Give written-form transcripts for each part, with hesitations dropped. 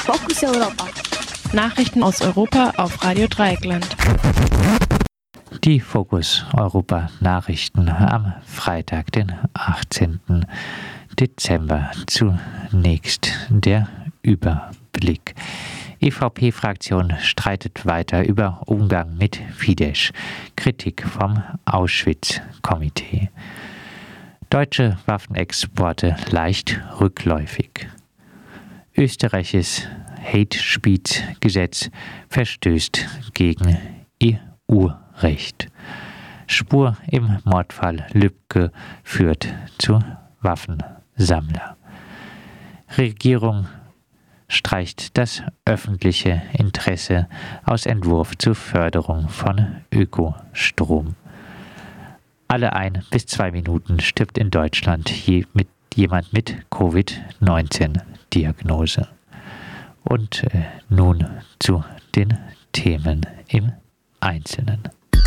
Fokus Europa. Nachrichten aus Europa auf Radio Dreieckland. Die Fokus Europa Nachrichten am Freitag, den 18. Dezember. Zunächst der Überblick. EVP-Fraktion streitet weiter über Umgang mit Fidesz. Kritik vom Auschwitz-Komitee. Deutsche Waffenexporte leicht rückläufig. Österreichs Hate-Speech-Gesetz verstößt gegen EU-Recht. Spur im Mordfall Lübcke führt zu Waffensammler. Regierung streicht das öffentliche Interesse aus Entwurf zur Förderung von Ökostrom. Alle 1 bis 2 Minuten stirbt in Deutschland jemand mit Covid-19-Diagnose. Und nun zu den Themen im Einzelnen.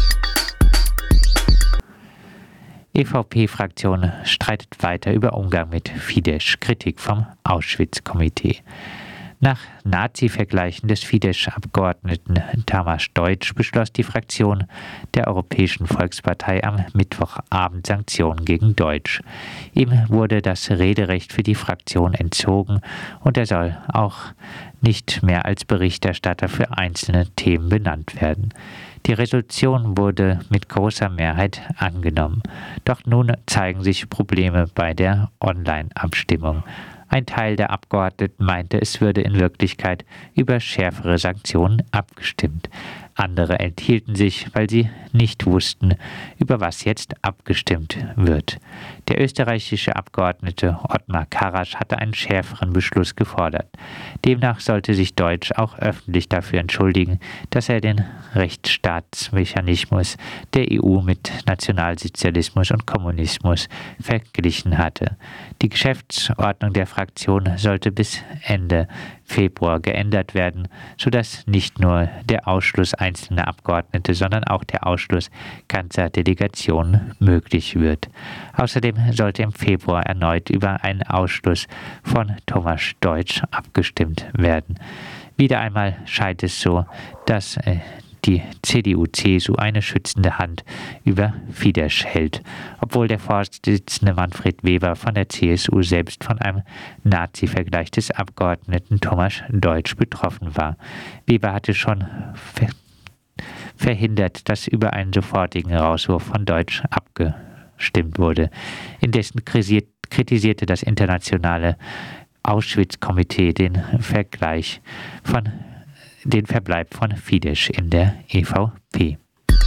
EVP-Fraktion streitet weiter über Umgang mit Fidesz. Kritik vom Auschwitz-Komitee. Nach Nazi-Vergleichen des Fidesz-Abgeordneten Tamás Deutsch beschloss die Fraktion der Europäischen Volkspartei am Mittwochabend Sanktionen gegen Deutsch. Ihm wurde das Rederecht für die Fraktion entzogen und er soll auch nicht mehr als Berichterstatter für einzelne Themen benannt werden. Die Resolution wurde mit großer Mehrheit angenommen. Doch nun zeigen sich Probleme bei der Online-Abstimmung. Ein Teil der Abgeordneten meinte, es würde in Wirklichkeit über schärfere Sanktionen abgestimmt. Andere enthielten sich, weil sie nicht wussten, über was jetzt abgestimmt wird. Der österreichische Abgeordnete Ottmar Karas hatte einen schärferen Beschluss gefordert. Demnach sollte sich Deutsch auch öffentlich dafür entschuldigen, dass er den Rechtsstaatsmechanismus der EU mit Nationalsozialismus und Kommunismus verglichen hatte. Die Geschäftsordnung der Fraktion sollte bis Ende Februar geändert werden, sodass nicht nur der Ausschluss einzelner Abgeordnete, sondern auch der Ausschluss ganzer Delegationen möglich wird. Außerdem sollte im Februar erneut über einen Ausschluss von Tamás Deutsch abgestimmt werden. Wieder einmal scheint es so, dass die CDU-CSU eine schützende Hand über Fidesz hält, obwohl der Vorsitzende Manfred Weber von der CSU selbst von einem Nazi-Vergleich des Abgeordneten Tamás Deutsch betroffen war. Weber hatte schon verhindert, dass über einen sofortigen Rauswurf von Deutsch abgestimmt wurde. Indessen kritisierte das internationale Auschwitz-Komitee den Verbleib von Fidesz in der EVP.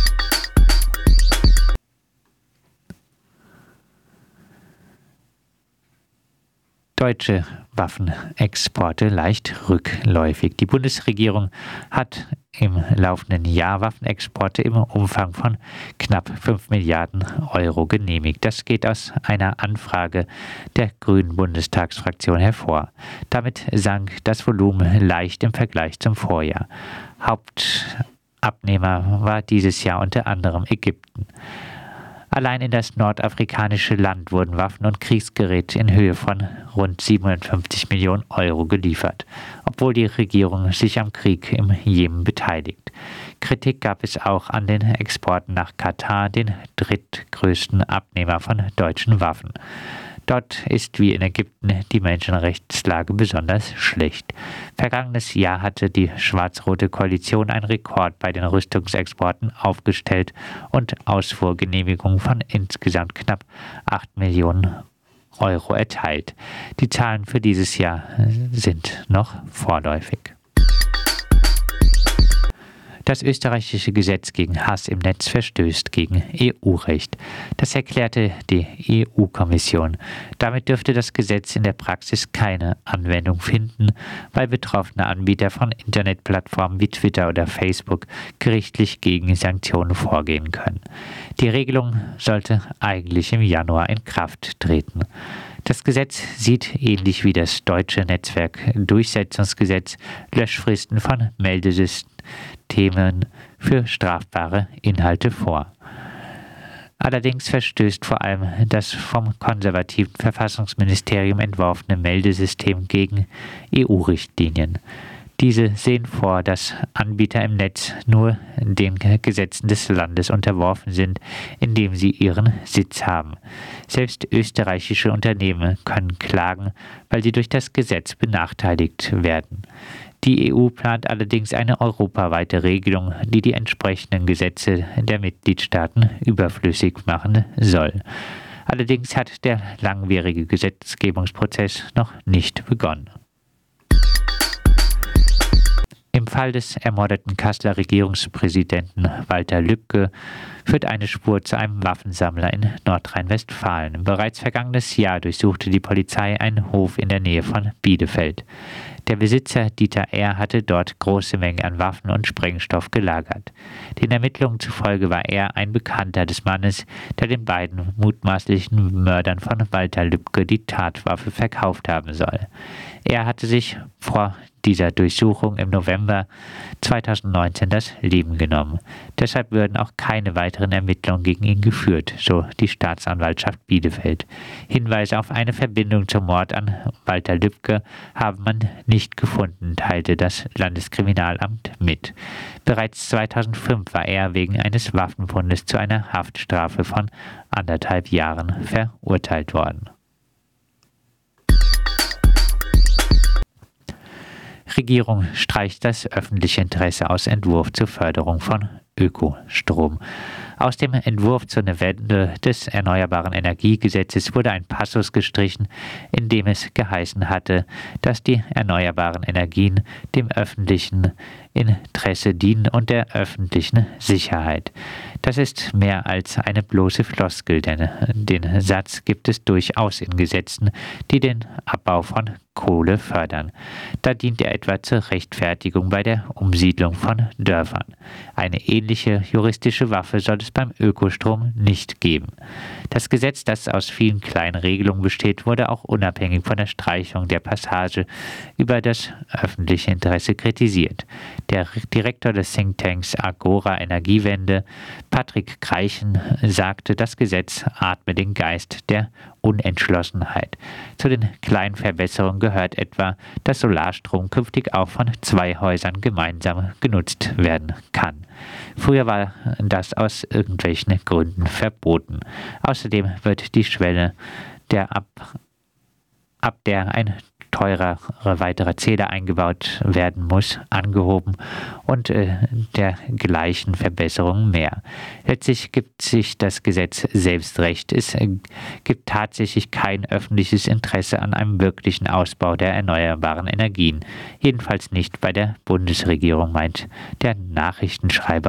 Deutsche Waffenexporte leicht rückläufig. Die Bundesregierung hat im laufenden Jahr Waffenexporte im Umfang von knapp 5 Milliarden Euro genehmigt. Das geht aus einer Anfrage der Grünen Bundestagsfraktion hervor. Damit sank das Volumen leicht im Vergleich zum Vorjahr. Hauptabnehmer war dieses Jahr unter anderem Ägypten. Allein in das nordafrikanische Land wurden Waffen und Kriegsgerät in Höhe von rund 750 Millionen Euro geliefert, obwohl die Regierung sich am Krieg im Jemen beteiligt. Kritik gab es auch an den Exporten nach Katar, den drittgrößten Abnehmer von deutschen Waffen. Dort ist wie in Ägypten die Menschenrechtslage besonders schlecht. Vergangenes Jahr hatte die schwarz-rote Koalition einen Rekord bei den Rüstungsexporten aufgestellt und Ausfuhrgenehmigungen von insgesamt knapp 8 Millionen Euro erteilt. Die Zahlen für dieses Jahr sind noch vorläufig. Das österreichische Gesetz gegen Hass im Netz verstößt gegen EU-Recht. Das erklärte die EU-Kommission. Damit dürfte das Gesetz in der Praxis keine Anwendung finden, weil betroffene Anbieter von Internetplattformen wie Twitter oder Facebook gerichtlich gegen Sanktionen vorgehen können. Die Regelung sollte eigentlich im Januar in Kraft treten. Das Gesetz sieht ähnlich wie das deutsche Netzwerkdurchsetzungsgesetz Löschfristen von Meldesystemen für strafbare Inhalte vor. Allerdings verstößt vor allem das vom konservativen Verfassungsministerium entworfene Meldesystem gegen EU-Richtlinien. Diese sehen vor, dass Anbieter im Netz nur den Gesetzen des Landes unterworfen sind, in dem sie ihren Sitz haben. Selbst österreichische Unternehmen können klagen, weil sie durch das Gesetz benachteiligt werden. Die EU plant allerdings eine europaweite Regelung, die die entsprechenden Gesetze der Mitgliedstaaten überflüssig machen soll. Allerdings hat der langwierige Gesetzgebungsprozess noch nicht begonnen. Im Fall des ermordeten Kasseler Regierungspräsidenten Walter Lübcke führt eine Spur zu einem Waffensammler in Nordrhein-Westfalen. Bereits vergangenes Jahr durchsuchte die Polizei einen Hof in der Nähe von Bielefeld. Der Besitzer Dieter R. hatte dort große Mengen an Waffen und Sprengstoff gelagert. Den Ermittlungen zufolge war er ein Bekannter des Mannes, der den beiden mutmaßlichen Mördern von Walter Lübcke die Tatwaffe verkauft haben soll. Er hatte sich vor dieser Durchsuchung im November 2019 das Leben genommen. Deshalb würden auch keine weiteren Ermittlungen gegen ihn geführt, so die Staatsanwaltschaft Bielefeld. Hinweise auf eine Verbindung zum Mord an Walter Lübcke habe man nicht gefunden, teilte das Landeskriminalamt mit. Bereits 2005 war er wegen eines Waffenfundes zu einer Haftstrafe von 1,5 Jahren verurteilt worden. Regierung streicht das öffentliche Interesse aus Entwurf zur Förderung von Ökostrom. Aus dem Entwurf zur Wende des Erneuerbaren Energiegesetzes wurde ein Passus gestrichen, in dem es geheißen hatte, dass die erneuerbaren Energien dem öffentlichen Interesse dienen und der öffentlichen Sicherheit. Das ist mehr als eine bloße Floskel, denn den Satz gibt es durchaus in Gesetzen, die den Abbau von Kohle fördern. Da dient er etwa zur Rechtfertigung bei der Umsiedlung von Dörfern. Eine ähnliche juristische Waffe soll es beim Ökostrom nicht geben. Das Gesetz, das aus vielen kleinen Regelungen besteht, wurde auch unabhängig von der Streichung der Passage über das öffentliche Interesse kritisiert. Der Direktor des Thinktanks Agora Energiewende, Patrick Greichen, sagte, das Gesetz atme den Geist der Unentschlossenheit. Zu den kleinen Verbesserungen gehört etwa, dass Solarstrom künftig auch von 2 Häusern gemeinsam genutzt werden kann. Früher war das aus irgendwelchen Gründen verboten. Außerdem wird die Schwelle, ab der ein teurer weiterer Zähler eingebaut werden muss, angehoben und der gleichen Verbesserungen mehr. Letztlich gibt sich das Gesetz selbst recht. Es gibt tatsächlich kein öffentliches Interesse an einem wirklichen Ausbau der erneuerbaren Energien. Jedenfalls nicht bei der Bundesregierung, meint der Nachrichtenschreiber